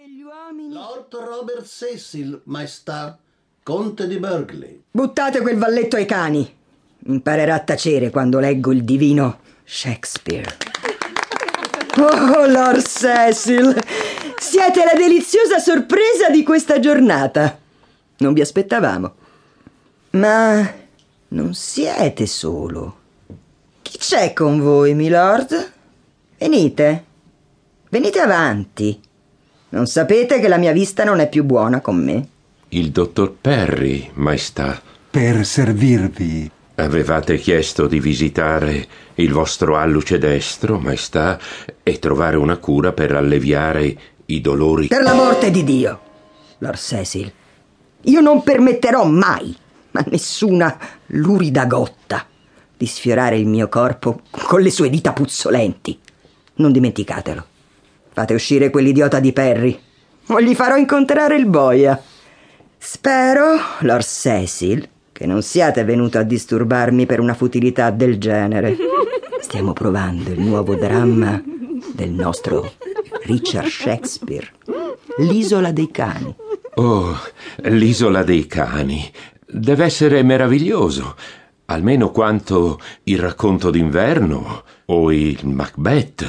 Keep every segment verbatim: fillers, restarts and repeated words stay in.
degli uomini. Lord Robert Cecil, maestà, conte di Burghley. Buttate quel valletto ai cani. Imparerà a tacere quando leggo il divino Shakespeare. Oh, Lord Cecil, siete la deliziosa sorpresa di questa giornata. Non vi aspettavamo. Ma non siete solo. Chi c'è con voi, milord? Venite. Venite avanti. Non sapete che la mia vista non è più buona con me? Il dottor Perry, maestà. Per servirvi. Avevate chiesto di visitare il vostro alluce destro, maestà, e trovare una cura per alleviare i dolori. Per l'amor di Dio, Lord Cecil, io non permetterò mai a nessuna lurida gotta di sfiorare il mio corpo con le sue dita puzzolenti. Non dimenticatelo. Fate uscire quell'idiota di Perry o gli farò incontrare il boia. Spero, Lord Cecil, che non siate venuto a disturbarmi per una futilità del genere. Stiamo provando il nuovo dramma del nostro Richard Shakespeare, L'isola dei cani. Oh, l'isola dei cani. Deve essere meraviglioso, almeno quanto il racconto d'inverno o il Macbeth.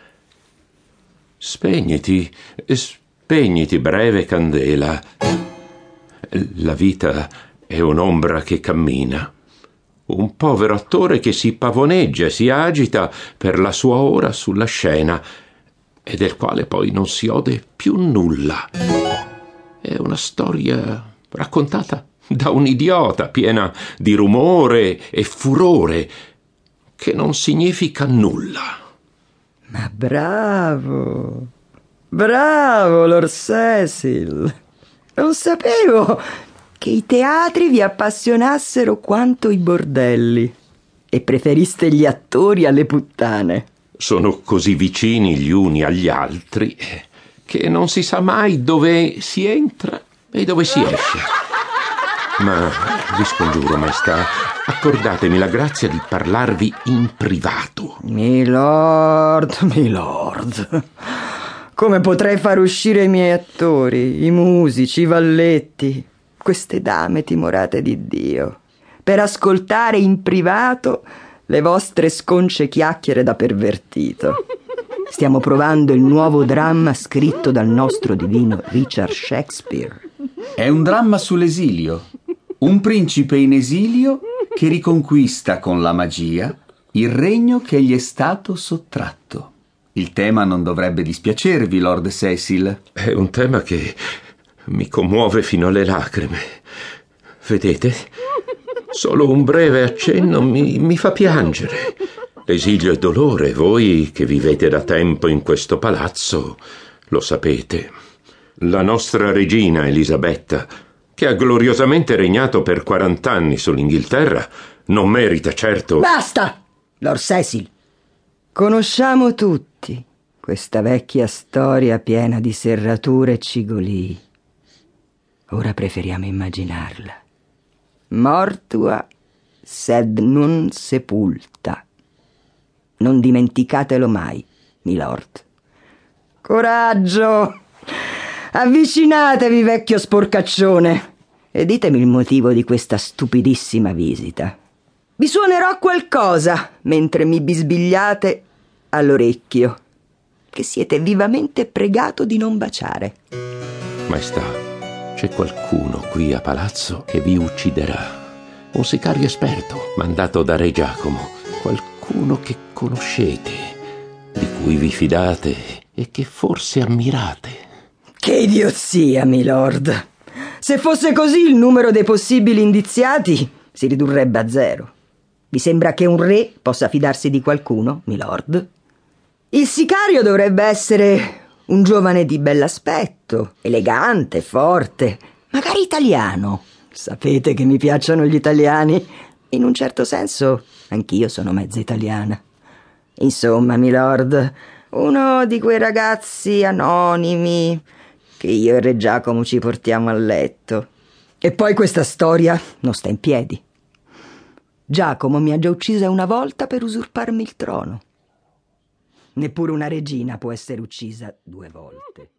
Spegniti, spegniti, breve candela. La vita è un'ombra che cammina. Un povero attore che si pavoneggia e si agita per la sua ora sulla scena e del quale poi non si ode più nulla. È una storia raccontata da un idiota, piena di rumore e furore, che non significa nulla. Ma bravo, bravo, Lord Cecil. Non sapevo che i teatri vi appassionassero quanto i bordelli e preferiste gli attori alle puttane. Sono così vicini gli uni agli altri che non si sa mai dove si entra e dove si esce. Ma vi scongiuro, maestà, accordatemi la grazia di parlarvi in privato. Milord, milord, come potrei far uscire i miei attori, i musici, i valletti, queste dame timorate di Dio, per ascoltare in privato le vostre sconce chiacchiere da pervertito? Stiamo provando il nuovo dramma scritto dal nostro divino Richard Shakespeare. È un dramma sull'esilio. Un principe in esilio che riconquista con la magia il regno che gli è stato sottratto. Il tema non dovrebbe dispiacervi, Lord Cecil. È un tema che mi commuove fino alle lacrime. Vedete? Solo un breve accenno mi, mi fa piangere. L'esilio è dolore, voi che vivete da tempo in questo palazzo lo sapete. La nostra regina Elisabetta, che ha gloriosamente regnato per quarant'anni sull'Inghilterra, non merita certo... Basta, Lord Cecil. Conosciamo tutti questa vecchia storia piena di serrature e cigolii. Ora preferiamo immaginarla. Mortua sed non sepulta. Non dimenticatelo mai, milord. Coraggio! Avvicinatevi, vecchio sporcaccione, e ditemi il motivo di questa stupidissima visita. Vi suonerò qualcosa mentre mi bisbigliate all'orecchio, che siete vivamente pregato di non baciare. Maestà, c'è qualcuno qui a palazzo che vi ucciderà. Un sicario esperto, mandato da re Giacomo. Qualcuno che conoscete, di cui vi fidate e che forse ammirate. Che idiozia, milord. Se fosse così, il numero dei possibili indiziati si ridurrebbe a zero. Vi sembra che un re possa fidarsi di qualcuno, milord? Il sicario dovrebbe essere un giovane di bell'aspetto, elegante, forte, magari italiano. Sapete che mi piacciono gli italiani? In un certo senso, anch'io sono mezza italiana. Insomma, milord, uno di quei ragazzi anonimi che io e Re Giacomo ci portiamo a letto. E poi questa storia non sta in piedi. Giacomo mi ha già uccisa una volta per usurparmi il trono. Neppure una regina può essere uccisa due volte.